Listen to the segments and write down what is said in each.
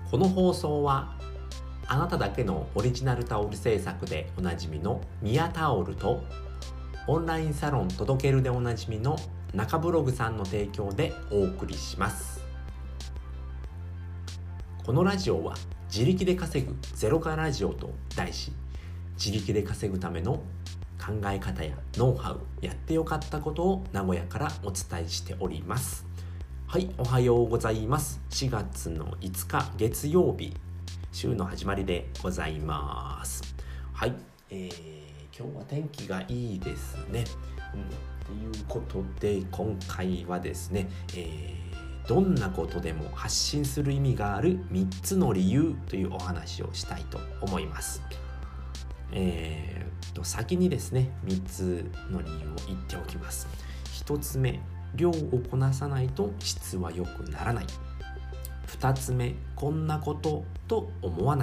この放送はあなただけのオリジナルタオル制作でおなじみのミヤタオルとオンラインサロン届けるでおなじみの中ブログさんの提供でお送りします。このラジオは自力で稼ぐゼロ化ラジオと題し、自力で稼ぐための考え方やノウハウ、やってよかったことを名古屋からお伝えしております。はい、おはようございます。4月の5日月曜日、週の始まりでございます。はい、今日は天気がいいですね。ということで今回はですね、どんなことでも発信する意味がある3つの理由というお話をしたいと思います。先にですね3つの理由を言っておきます。1つ目、量をこなさないと質は良くならない。2つ目、こんなことと思わない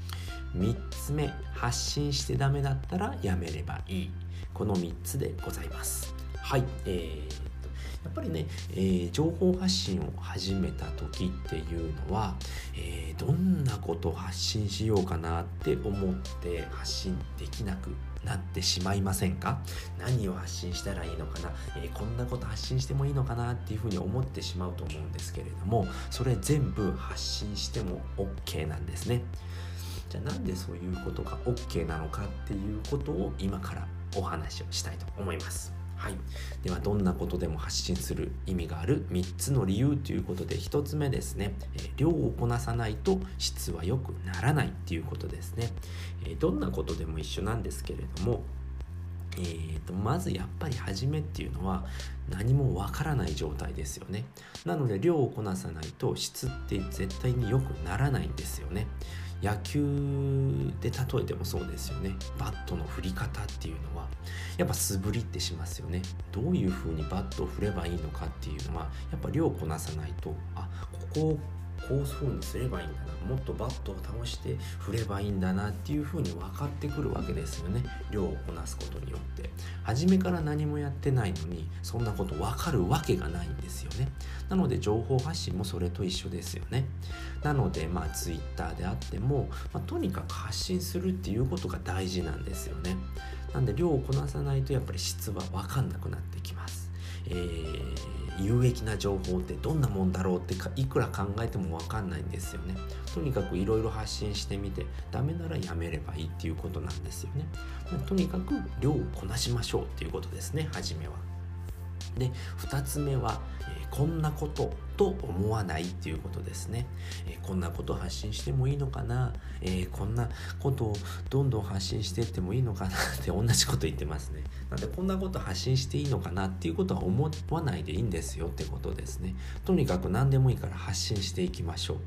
。3つ目、発信してダメだったらやめればいい。この3つでございます。はい、やっぱりね、情報発信を始めた時っていうのは、どんなことを発信しようかなって思って発信できなくなってしまいませんか？何を発信したらいいのかな、こんなこと発信してもいいのかなっていうふうに思ってしまうと思うんですけれども、それ全部発信しても OK なんですね。じゃあなんでそういうことが OK なのかっていうことを今からお話をしたいと思います。はい、ではどんなことでも発信する意味がある3つの理由ということで、1つ目ですね、量をこなさないと質は良くならないっていうことですね。どんなことでも一緒なんですけれども、まずやっぱり初めっていうのは何もわからない状態ですよね。なので量をこなさないと質って絶対に良くならないんですよね。野球で例えてもそうですよね。バットの振り方っていうのはやっぱ素振りってしますよね。どういう風にバットを振ればいいのかっていうのはやっぱ量をこなさないと、ここをこういう風にすればいいんだな、もっとバットを倒して振ればいいんだなっていう風に分かってくるわけですよね。量をこなすことによって初めから何もやってないのにそんなこと分かるわけがないんですよね。なので情報発信もそれと一緒ですよね。なのでツイッターであっても、とにかく発信するっていうことが大事なんですよね。なんで量をこなさないとやっぱり質は分かんなくなってきます。有益な情報ってどんなもんだろうっていくら考えても分かんないんですよね。とにかくいろいろ発信してみてダメならやめればいいっていうことなんですよね。とにかく量をこなしましょうっていうことですね、初めは。で、2つ目は、こんなことと思わないっていうことですね。こんなこと発信してもいいのかな、こんなことをどんどん発信していってもいいのかなって同じこと言ってますね。なんでこんなこと発信していいのかなっていうことは思わないでいいんですよってことですね。とにかく何でもいいから発信していきましょう。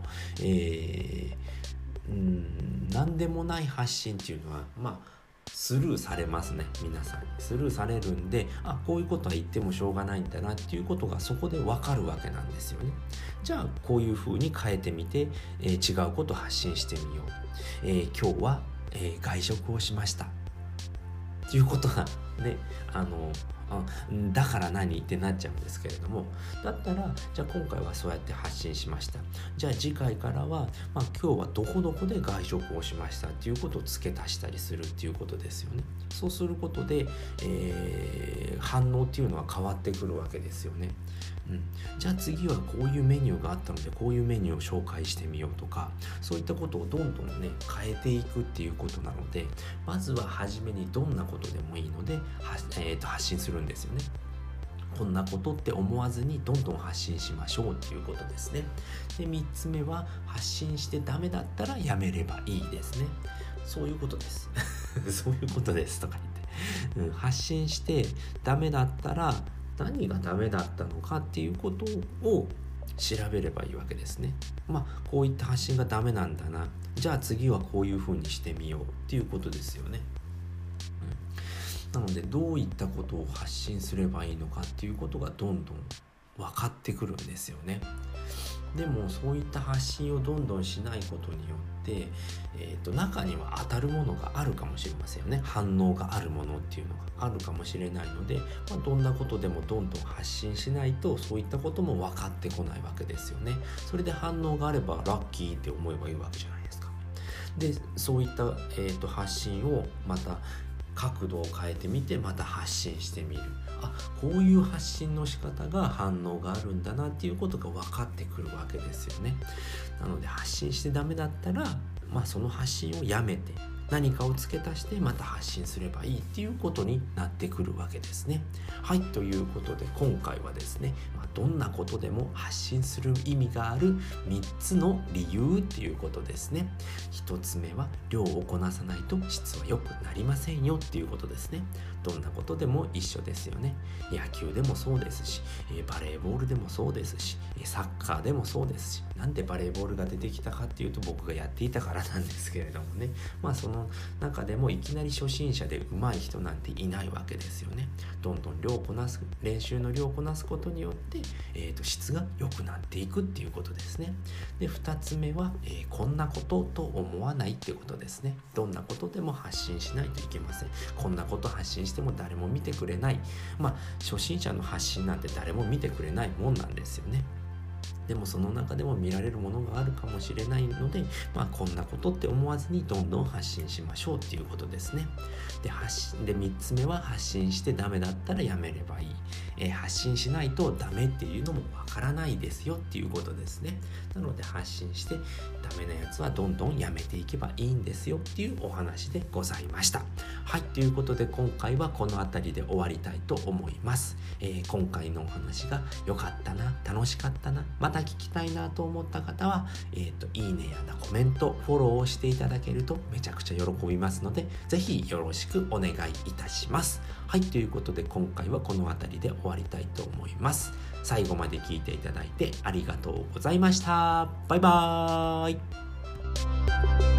何でもない発信っていうのはスルーされますね。皆さんにスルーされるんで、こういうことは言ってもしょうがないんだなっていうことがそこでわかるわけなんですよね。じゃあこういう風に変えてみて、違うことを発信してみよう。今日は、外食をしましたっていうことがね、だから何ってなっちゃうんですけれども、だったらじゃあ今回はそうやって発信しました。じゃあ次回からは、今日はどこどこで外食をしましたっていうことを付け足したりするっていうことですよね。そうすることで、反応っていうのは変わってくるわけですよね。じゃあ次はこういうメニューがあったのでこういうメニューを紹介してみようとか、そういったことをどんどんね変えていくっていうことなので、まずは初めにどんなことでもいいので発信するんですよね。こんなことって思わずにどんどん発信しましょうっていうことですね。で、3つ目は発信してダメだったらやめればいいですね。そういうことですそういうことですとか言って、発信してダメだったら何がダメだったのかっていうことを調べればいいわけですね。こういった発信がダメなんだな、じゃあ次はこういうふうにしてみようっていうことですよね。なのでどういったことを発信すればいいのかっていうことがどんどん分かってくるんですよね。でもそういった発信をどんどんしないことによって、中には当たるものがあるかもしれませんよね。反応があるものっていうのがあるかもしれないので、どんなことでもどんどん発信しないとそういったことも分かってこないわけですよね。それで反応があればラッキーって思えばいいわけじゃないですか。でそういった、発信をまた角度を変えてみてまた発信してみる。こういう発信の仕方が反応があるんだなっていうことが分かってくるわけですよね。なので発信してダメだったら、その発信をやめて何かを付け足してまた発信すればいいっていうことになってくるわけですね。はい、ということで今回はですね、どんなことでも発信する意味がある3つの理由っていうことですね。1つ目は量をこなさないと質は良くなりませんよっていうことですね。どんなことでも一緒ですよね。野球でもそうですし、バレーボールでもそうですし、サッカーでもそうですし、なんでバレーボールが出てきたかっていうと僕がやっていたからなんですけれどもね、その中でもいきなり初心者で上手い人なんていないわけですよね。どんどん練習の量をこなすことによって、質が良くなっていくっていうことですね。で2つ目は、こんなことと思わないっていうことですね。どんなことでも発信しないといけません。こんなこと発信しても誰も見てくれない。初心者の発信なんて誰も見てくれないもんなんですよね。でもその中でも見られるものがあるかもしれないので、こんなことって思わずにどんどん発信しましょうっていうことですね。で3つ目は発信してダメだったらやめればいい。発信しないとダメっていうのもわからないですよっていうことですね。なので発信してダメなやつはどんどんやめていけばいいんですよっていうお話でございました。はい、ということで今回はこの辺りで終わりたいと思います。今回のお話が良かったな、楽しかったな、また聞きたいなと思った方は、いいねやコメント、フォローをしていただけるとめちゃくちゃ喜びますので、ぜひよろしくお願いいたします。はい、ということで今回はこの辺りで終わりたいと思います。最後まで聞いていただいてありがとうございました。バイバーイ。